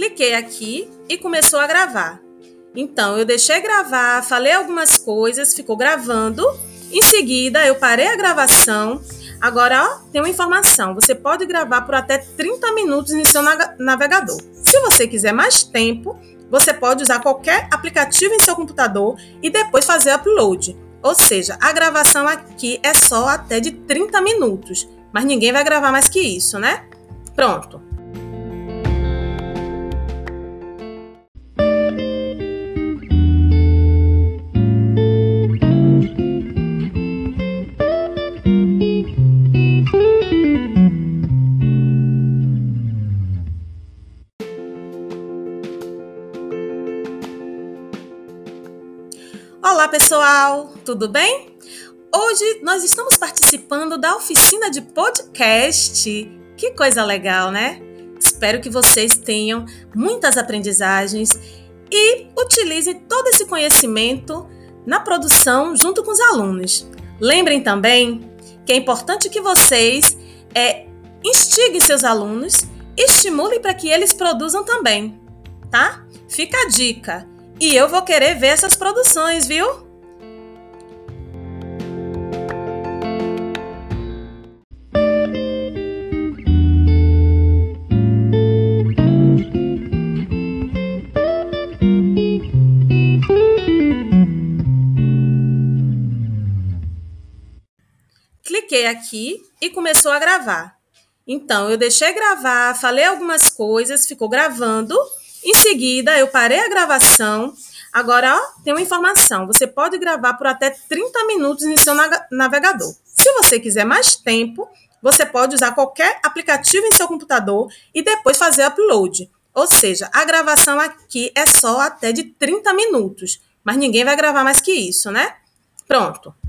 Cliquei aqui e começou a gravar. Então, eu deixei gravar, falei algumas coisas, ficou gravando. Em seguida, eu parei a gravação. Agora, ó, tem uma informação. Você pode gravar por até 30 minutos em seu navegador. Se você quiser mais tempo, você pode usar qualquer aplicativo em seu computador e depois fazer upload. Ou seja, a gravação aqui é só até de 30 minutos. Mas ninguém vai gravar mais que isso, né? Pronto. Olá pessoal, tudo bem? Hoje nós estamos participando da oficina de podcast. Que coisa legal, né? Espero que vocês tenham muitas aprendizagens e utilizem todo esse conhecimento na produção junto com os alunos. Lembrem também que é importante que vocês instiguem seus alunos e estimulem para que eles produzam também, tá? Fica a dica. E eu vou querer ver essas produções, viu? Cliquei aqui e começou a gravar. Então, eu deixei gravar, falei algumas coisas, ficou gravando. Em seguida, eu parei a gravação. Agora, ó, tem uma informação. Você pode gravar por até 30 minutos em seu navegador. Se você quiser mais tempo, você pode usar qualquer aplicativo em seu computador e depois fazer upload. Ou seja, a gravação aqui é só até de 30 minutos. Mas ninguém vai gravar mais que isso, né? Pronto.